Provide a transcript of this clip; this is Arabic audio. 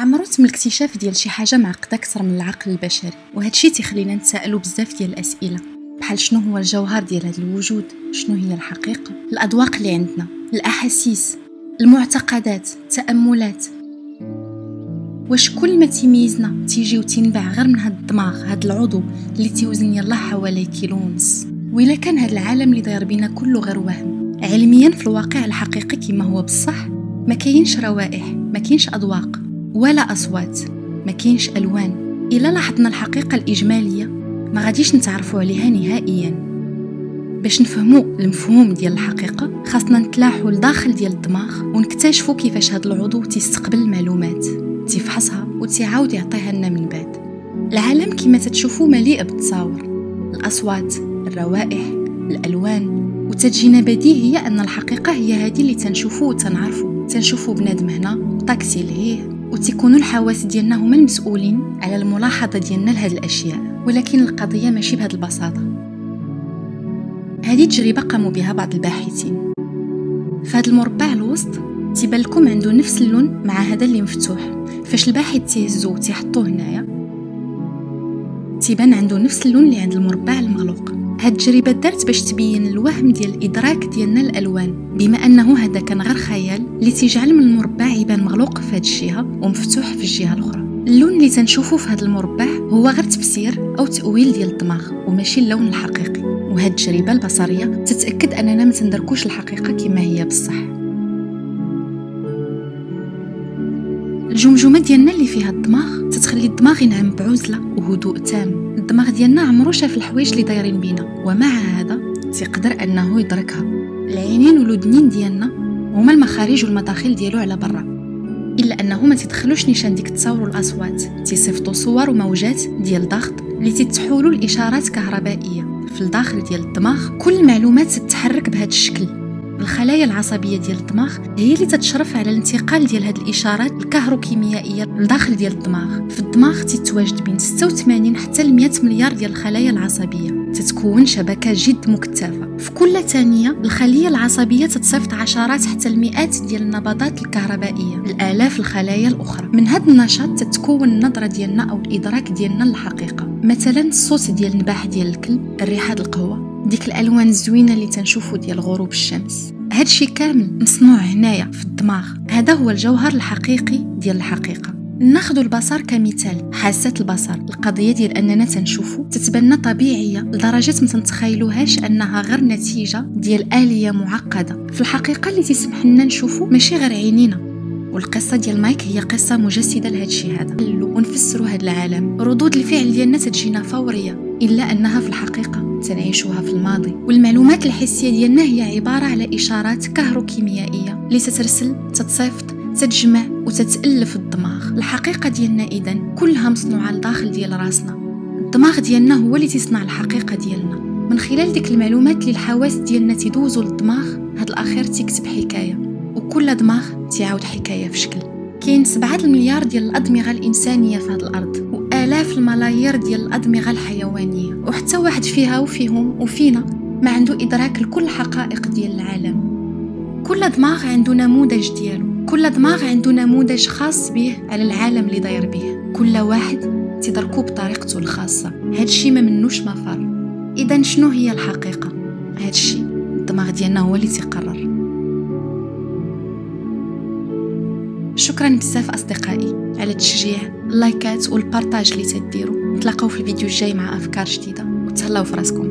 عمرو تم الاكتشاف ديال شي حاجه معقده اكثر من العقل البشري، وهذا الشيء تيخلينا نتسائلوا بزاف ديال الاسئله، بحال شنو هو الجوهر ديال هذا الوجود، شنو هي الحقيقه، الاذواق اللي عندنا، الاحاسيس، المعتقدات، التاملات. واش كل ما تيميزنا تيجي وتنبع غير من هذا الدماغ، هذا العضو اللي تيوزن يلاه حوالي 1.5 كيلو؟ وإلا كان هذا العالم اللي داير بينا كله غير وهم، علميا في الواقع الحقيقي كما هو بصح ما كاينش روائح، ما كاينش اذواق ولا اصوات، ما كاينش الوان. الا لاحظنا الحقيقه الاجماليه ما غاديش نتعرفوا عليها نهائيا. باش نفهموا المفهوم ديال الحقيقه خاصنا نتلاحوا لداخل ديال الدماغ ونكتشفوا كيفاش هذا العضو تيستقبل المعلومات، تيفحصها وتعاود يعطيها لنا من بعد. العالم كما تتشوفوا مليء بالتصاور، الاصوات، الروائح، الالوان، وتجينا بديهيه ان الحقيقه هي هذه اللي تنشوفوا وتنعرفوا. تنشوفوا بنادم هنا، طاكسي لهيه، وتكونوا الحواس ديالنا هما المسؤولين على الملاحظه ديالنا لهذه الاشياء. ولكن القضيه ماشي بهذه البساطه. هذه تجربه قاموا بها بعض الباحثين. فهاد المربع الوسط تيبان لكم عنده نفس اللون مع هذا اللي مفتوح. فاش الباحث تيهزو وتيحطوه هنايا تيبان عنده نفس اللون اللي عند المربع المغلوق. هاد التجربه دارت باش تبين الوهم ديال الادراك ديالنا للالوان، بما انه هذا كان غير خيال اللي تيجعل من المربع يبان مغلوق في هاد الجهه ومفتوح في الجهه الاخرى. اللون اللي تنشوفه في هذا المربع هو غير تفسير او تاويل ديال الدماغ وماشي اللون الحقيقي. وهاد التجربه البصريه تتاكد اننا ما تندركوش الحقيقه كما هي بصح. الجمجمه ديالنا اللي فيها الدماغ تتخلي الدماغ ينعم بعزله وهدوء تام. الدماغ ديالنا عمرو شاف الحوايج اللي دايرين بينا، ومع هذا تيقدر انه يدركها. العينين والودنين ديالنا هما المخارج والمداخل ديالو على برا، الا انه ما تدخلوش نيشان ديك التصاور والاصوات، تيصيفطوا صور وموجات ديال ضغط اللي تتحولوا لاشارات كهربائيه في الداخل ديال الدماغ. كل المعلومات تتحرك بهذا الشكل. الخلايا العصبيه ديال الدماغ هي اللي تتشرف على الانتقال ديال هذه الاشارات الكهروكيميائيه لداخل ديال الدماغ. في الدماغ تتواجد بين 86 حتى ل 100 مليار ديال الخلايا العصبيه، تتكون شبكه جد مكثفه. في كل ثانيه الخليه العصبيه تتصيفط عشرات حتى المئات ديال النبضات الكهربائيه لالاف الخلايا الاخرى. من هذا النشاط تتكون النظره ديالنا او الادراك ديالنا للحقيقه. مثلا الصوت ديال النباح ديال الكلب، الريحه ديال القهوه، ديك الالوان الزوينه اللي تنشوفوا ديال غروب الشمس. هاد الشيء كامل مصنوع هنايا في الدماغ. هذا هو الجوهر الحقيقي ديال الحقيقه. ناخذ البصر كمثال. حاسه البصر، القضيه ديال اننا تنشوفوا تتبنى طبيعيه لدرجه ما تنتخيلوهاش انها غير نتيجه ديال آلية معقده. في الحقيقه اللي تسمح لنا نشوفوا ماشي غير عينينا. والقصه ديال مايك هي قصه مجسده لهذا الشيء هذا. ونفسروا هذا العالم، ردود الفعل ديالنا تجينا فوريه، الا انها في الحقيقه تنعيشوها في الماضي. والمعلومات الحسيه ديالنا هي عباره على اشارات كهروكيميائيه اللي تترسل، تتصيفط، تتجمع وتتالف الدماغ. الحقيقه ديالنا اذا كلها مصنوعه لداخل ديال راسنا. الدماغ ديالنا هو اللي تصنع الحقيقه ديالنا من خلال ديك المعلومات اللي الحواس ديالنا تدوزوا للدماغ. هاد الاخير تكتب حكايه، وكل دماغ تعاود حكايه في شكل. كاين 7 المليار ديال الادمغه الانسانيه في هذه الارض، والاف الملايير ديال الادمغه الحيوانيه، وحتى واحد فيها وفيهم وفينا ما عنده ادراك لكل الحقائق ديال العالم. كل دماغ عنده نموذج ديالو، كل دماغ عنده نموذج خاص به على العالم اللي داير به. كل واحد تدركو بطريقته الخاصه. هادشي ما منوش مفر. اذا شنو هي الحقيقه؟ هادشي الدماغ ديالنا هو اللي تقرر. شكرا بزاف اصدقائي على التشجيع، اللايكات والبارطاج اللي تديروا. نتلاقاو في الفيديو الجاي مع افكار جديده، وتهلاو في راسكم.